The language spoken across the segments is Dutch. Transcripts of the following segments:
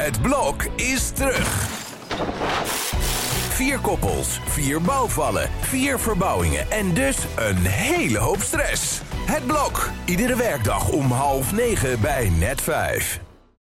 Het blok is terug. 4 koppels, 4 bouwvallen, 4 verbouwingen en dus een hele hoop stress. Het blok, iedere werkdag om 8:30 bij Net5.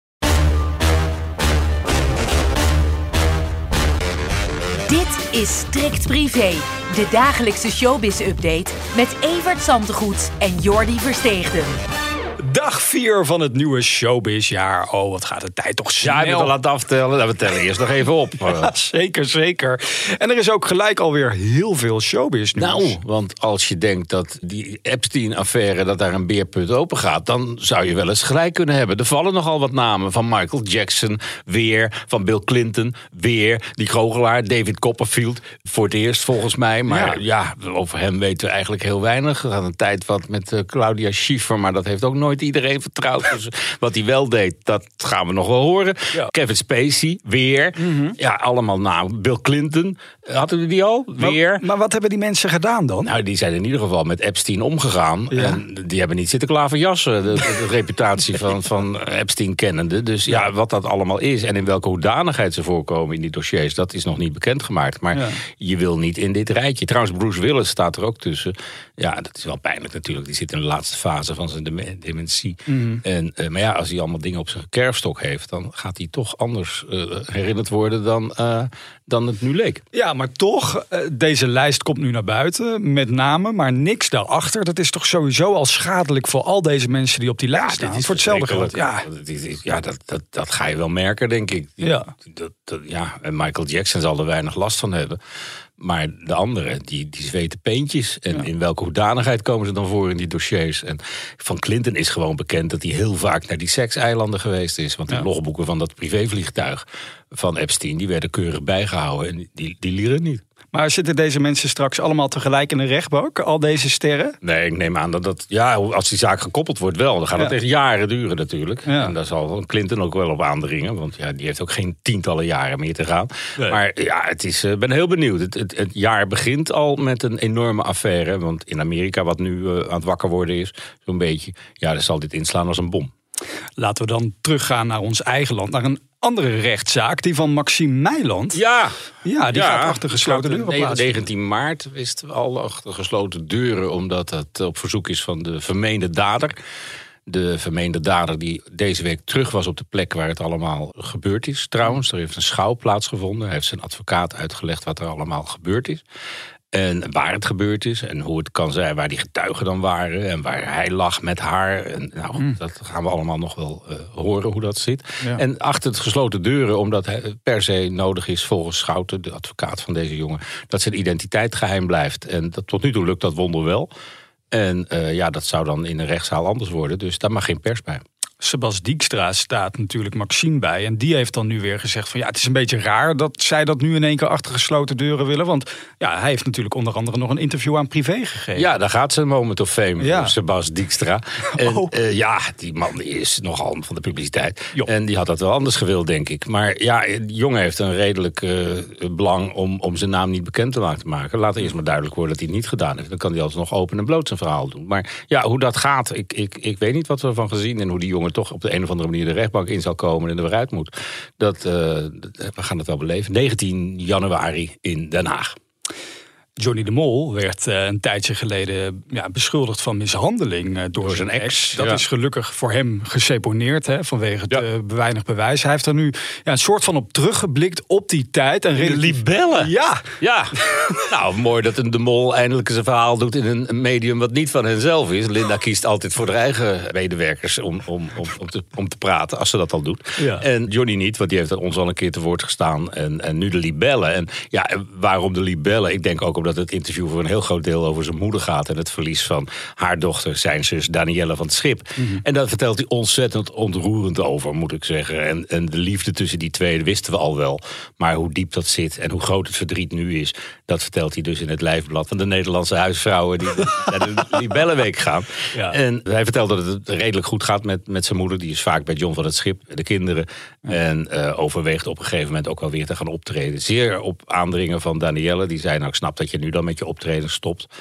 Dit is Strikt Privé, de dagelijkse showbiz-update met Evert Zantegoed en Jordi Versteegden. Dag 4 van het nieuwe showbizjaar. Oh, wat gaat de tijd toch snel. Ja, je moet al laten aftellen. Nou, we tellen eerst nog even op. Zeker. En er is ook gelijk alweer heel veel showbiznieuws. Nou, want als je denkt dat die Epstein-affaire, dat daar een beerput open gaat, dan zou je wel eens gelijk kunnen hebben. Er vallen nogal wat namen. Van Michael Jackson, weer. Van Bill Clinton, weer. Die goochelaar, David Copperfield, voor het eerst volgens mij. Maar ja, over hem weten we eigenlijk heel weinig. Er had een tijd wat met Claudia Schiffer, maar dat heeft ook nooit iedereen vertrouwd. Dus wat hij wel deed, dat gaan we nog wel horen. Ja. Kevin Spacey, weer. Ja, allemaal namen. Bill Clinton, hadden we die al? Weer. Maar wat hebben die mensen gedaan dan? Nou, die zijn in ieder geval met Epstein omgegaan. Ja. En die hebben niet zitten klaverjassen. De reputatie van Epstein kennende. Dus ja, wat dat allemaal is en in welke hoedanigheid ze voorkomen in die dossiers, dat is nog niet bekendgemaakt. Maar je wil niet in dit rijtje. Trouwens, Bruce Willis staat er ook tussen. Ja, dat is wel pijnlijk natuurlijk. Die zit in de laatste fase van zijn dementie. Maar ja, als hij allemaal dingen op zijn kerfstok heeft, dan gaat hij toch anders herinnerd worden dan het nu leek. Ja, maar toch, deze lijst komt nu naar buiten met namen, maar niks daarachter. Dat is toch sowieso al schadelijk voor al deze mensen die op die lijst staan. Voor hetzelfde geld. Ja, dat ga je wel merken, denk ik. En Michael Jackson zal er weinig last van hebben. Maar de anderen, die zweten peentjes. En in welke hoedanigheid komen ze dan voor in die dossiers? En van Clinton is gewoon bekend dat hij heel vaak naar die sekseilanden geweest is. Want de logboeken van dat privévliegtuig van Epstein, die werden keurig bijgehouden. En die lieren niet. Maar zitten deze mensen straks allemaal tegelijk in een rechtbank? Al deze sterren? Nee, ik neem aan dat als die zaak gekoppeld wordt wel. Dan gaat het echt jaren duren natuurlijk. Ja. En daar zal Clinton ook wel op aandringen. Want die heeft ook geen tientallen jaren meer te gaan. Nee. Maar ja, ik ben heel benieuwd. Het jaar begint al met een enorme affaire. Want in Amerika, wat nu aan het wakker worden is, zo'n beetje, dan zal dit inslaan als een bom. Laten we dan teruggaan naar ons eigen land, naar een andere rechtszaak, die van Maxime Meiland. Die gaat achter gesloten deuren plaatsen. 19 maart wisten we al achter gesloten deuren, omdat het op verzoek is van de vermeende dader. De vermeende dader die deze week terug was op de plek waar het allemaal gebeurd is. Trouwens, er heeft een schouw plaatsgevonden. Hij heeft zijn advocaat uitgelegd wat er allemaal gebeurd is. En waar het gebeurd is en hoe het kan zijn, waar die getuigen dan waren en waar hij lag met haar. En dat gaan we allemaal nog wel horen hoe dat zit. Ja. En achter het gesloten deuren, omdat het per se nodig is volgens Schouten, de advocaat van deze jongen, dat zijn identiteit geheim blijft. En tot nu toe lukt dat wonderwel. En dat zou dan in een rechtszaal anders worden. Dus daar mag geen pers bij. Sebas Dijkstra staat natuurlijk Maxime bij. En die heeft dan nu weer gezegd van het is een beetje raar dat zij dat nu in één keer achter gesloten deuren willen. Want hij heeft natuurlijk onder andere nog een interview aan Privé gegeven. Ja, daar gaat zijn moment of fame voor Sebas Dijkstra. En die man is nogal van de publiciteit. Jo. En die had dat wel anders gewild, denk ik. Maar die jongen heeft een redelijk belang om zijn naam niet bekend te maken. Laat eerst maar duidelijk worden dat hij het niet gedaan heeft. Dan kan hij alsnog open en bloot zijn verhaal doen. Maar hoe dat gaat, ik weet niet wat we ervan gezien en hoe die jongen toch op de een of andere manier de rechtbank in zal komen en er weer uit moet. We gaan het wel beleven. 19 januari in Den Haag. Johnny de Mol werd een tijdje geleden beschuldigd van mishandeling door zijn ex. Dat is gelukkig voor hem geseponeerd vanwege het weinig bewijs. Hij heeft er nu een soort van op teruggeblikt op die tijd. En de libellen. Ja. Nou, mooi dat een de Mol eindelijk zijn verhaal doet in een medium wat niet van henzelf is. Linda kiest altijd voor de eigen medewerkers om te praten, als ze dat al doet. Ja. En Johnny niet, want die heeft ons al een keer te woord gestaan. En nu de libellen. En waarom de libellen? Ik denk ook omdat het interview voor een heel groot deel over zijn moeder gaat en het verlies van haar dochter, zijn zus Danielle van het Schip. Mm-hmm. En daar vertelt hij ontzettend ontroerend over, moet ik zeggen. En de liefde tussen die twee wisten we al wel. Maar hoe diep dat zit en hoe groot het verdriet nu is, dat vertelt hij dus in het lijfblad van de Nederlandse huisvrouwen die naar de libellenweek gaan. Ja. En hij vertelt dat het redelijk goed gaat met zijn moeder. Die is vaak bij John van het Schip, de kinderen. Ja. En overweegt op een gegeven moment ook wel weer te gaan optreden. Zeer op aandringen van Danielle. Die zei, ik snap dat je nu dan met je optreden stopt.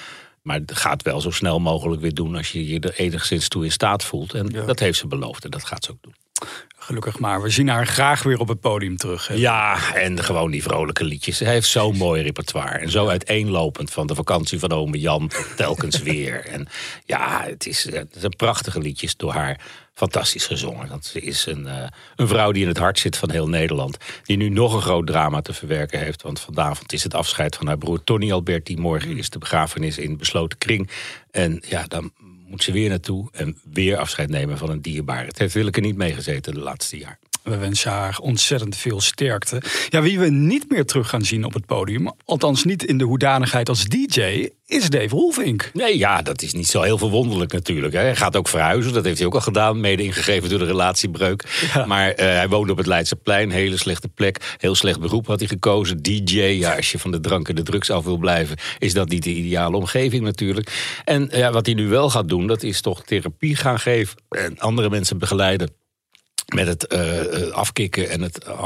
Maar het gaat wel zo snel mogelijk weer doen als je je er enigszins toe in staat voelt. En dat heeft ze beloofd en dat gaat ze ook doen. Gelukkig maar. We zien haar graag weer op het podium terug. Hè? Ja, en gewoon die vrolijke liedjes. Hij heeft zo'n mooi repertoire. En zo uiteenlopend van de vakantie van ome Jan telkens weer. En ja, het zijn prachtige liedjes door haar fantastisch gezongen. Want ze is een vrouw die in het hart zit van heel Nederland. Die nu nog een groot drama te verwerken heeft. Want vanavond is het afscheid van haar broer Tony Alberti. Morgen is de begrafenis in besloten kring. En ja, dan moet ze weer naartoe en weer afscheid nemen van een dierbare. Het heeft Willeke niet meegezeten de laatste jaar. We wensen haar ontzettend veel sterkte. Ja, wie we niet meer terug gaan zien op het podium, althans niet in de hoedanigheid als DJ, is Dave Roelvink. Nee, ja, dat is niet zo heel verwonderlijk natuurlijk. Hè. Hij gaat ook verhuizen, dat heeft hij ook al gedaan, mede ingegeven door de relatiebreuk. Ja. Maar hij woonde op het Leidseplein, hele slechte plek, heel slecht beroep had hij gekozen. DJ, ja, als je van de drank en de drugs af wil blijven, is dat niet de ideale omgeving natuurlijk. En ja, wat hij nu wel gaat doen, dat is toch therapie gaan geven en andere mensen begeleiden. Met het afkicken en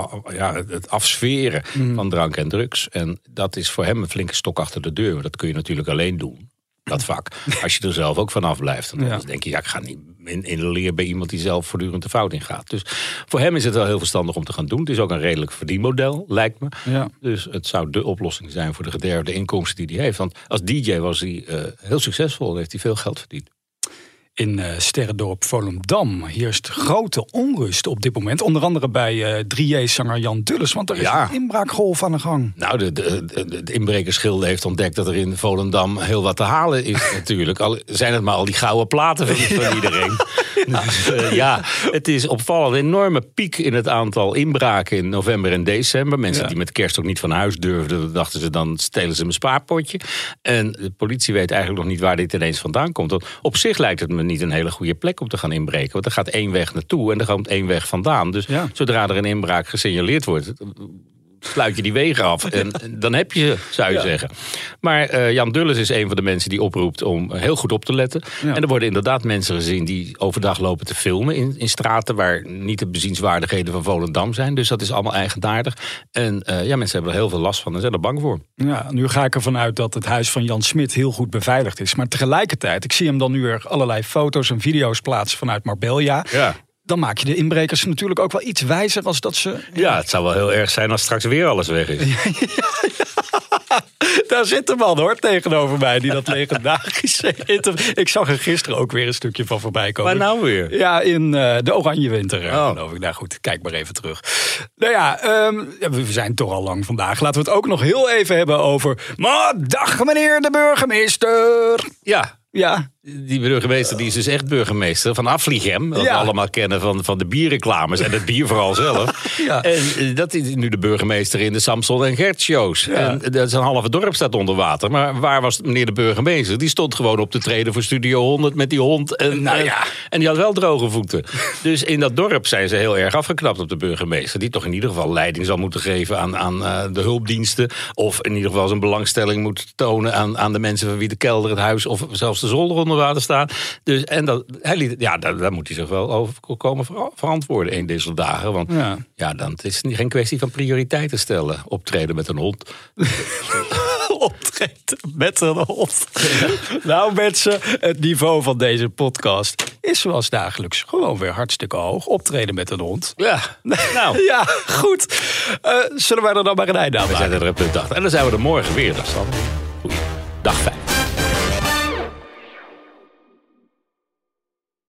het afsferen van drank en drugs. En dat is voor hem een flinke stok achter de deur. Dat kun je natuurlijk alleen doen, dat vak, als je er zelf ook vanaf blijft. En dan denk je, ik ga niet in de leer bij iemand die zelf voortdurend de fout ingaat. Dus voor hem is het wel heel verstandig om te gaan doen. Het is ook een redelijk verdienmodel, lijkt me. Ja. Dus het zou de oplossing zijn voor de gederfde inkomsten die hij heeft. Want als DJ was hij heel succesvol en heeft hij veel geld verdiend. In Sterrendorp Volendam heerst grote onrust op dit moment. Onder andere bij 3J-zanger Jan Dulles. Want er is een inbraakgolf aan de gang. Nou, de inbrekersgilde heeft ontdekt dat er in Volendam heel wat te halen is natuurlijk. Al zijn het maar al die gouden platen van iedereen. Dus, het is opvallend. Een enorme piek in het aantal inbraken in november en december. Mensen die met kerst ook niet van huis durfden, dachten ze, dan stelen ze mijn spaarpotje. En de politie weet eigenlijk nog niet waar dit ineens vandaan komt. Want op zich lijkt het me niet een hele goede plek om te gaan inbreken. Want er gaat één weg naartoe en er komt één weg vandaan. Dus zodra er een inbraak gesignaleerd wordt, sluit je die wegen af. En dan heb je ze, zou je zeggen. Maar Jan Dulles is een van de mensen die oproept om heel goed op te letten. Ja. En er worden inderdaad mensen gezien die overdag lopen te filmen in straten waar niet de bezienswaardigheden van Volendam zijn. Dus dat is allemaal eigenaardig. En mensen hebben er heel veel last van en zijn er bang voor. Ja, nu ga ik ervan uit dat het huis van Jan Smit heel goed beveiligd is. Maar tegelijkertijd, ik zie hem dan nu weer allerlei foto's en video's plaatsen vanuit Marbella. Ja. Dan maak je de inbrekers natuurlijk ook wel iets wijzer als dat ze... Ja, het zou wel heel erg zijn als straks weer alles weg is. Daar zit een man hoor, tegenover mij, die dat legendarische... Ik zag er gisteren ook weer een stukje van voorbij komen. Maar nou weer? Ja, in de Oranje Winter, geloof ik. Nou goed, kijk maar even terug. Nou ja, we zijn toch al lang vandaag. Laten we het ook nog heel even hebben over... Maar dag meneer de burgemeester! Ja, die burgemeester die is dus echt burgemeester van Afligem. Dat we allemaal kennen van de bierreclames en het bier vooral zelf. Ja. En dat is nu de burgemeester in de Samson en Gert shows. Ja. En dat is een halve dorp staat onder water. Maar waar was meneer de burgemeester? Die stond gewoon op te treden voor Studio 100 met die hond. En die had wel droge voeten. Dus in dat dorp zijn ze heel erg afgeknapt op de burgemeester. Die toch in ieder geval leiding zal moeten geven aan de hulpdiensten. Of in ieder geval zijn belangstelling moet tonen aan de mensen van wie de kelder, het huis of zelfs de zolder onder water staan. Dus, en daar moet hij zich wel over komen verantwoorden in deze dagen. Want dan het is geen kwestie van prioriteiten stellen. Optreden met een hond. Optreden met een hond. Nou mensen, het niveau van deze podcast is zoals dagelijks gewoon weer hartstikke hoog. Optreden met een hond. Ja, nou. Ja, goed. Zullen wij er dan maar een einde aan maken? We zetten er een punt achter. En dan zijn we er morgen weer. Dat is dan goeie dag 5.